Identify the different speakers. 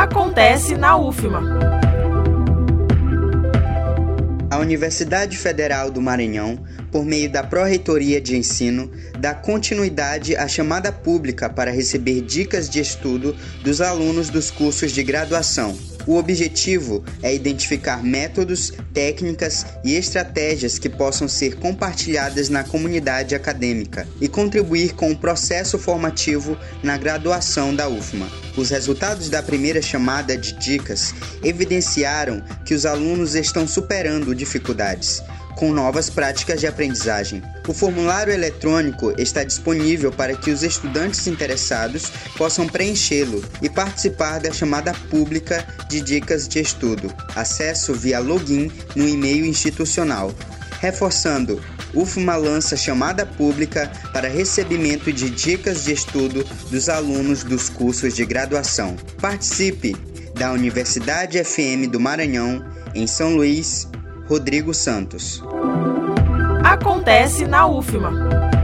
Speaker 1: Acontece na UFMA.
Speaker 2: A Universidade Federal do Maranhão, por meio da Pró-Reitoria de Ensino, dá continuidade à chamada pública para receber dicas de estudo dos alunos dos cursos de graduação. O objetivo é identificar métodos, técnicas e estratégias que possam ser compartilhadas na comunidade acadêmica e contribuir com o processo formativo na graduação da UFMA. Os resultados da primeira chamada de dicas evidenciaram que os alunos estão superando dificuldades, com novas práticas de aprendizagem. O formulário eletrônico está disponível para que os estudantes interessados possam preenchê-lo e participar da chamada pública de dicas de estudo. Acesso via login no e-mail institucional. Reforçando, UFMA lança chamada pública para recebimento de dicas de estudo dos alunos dos cursos de graduação. Participe! Da Universidade FM do Maranhão, em São Luís, Rodrigo Santos.
Speaker 1: Acontece na UFMA.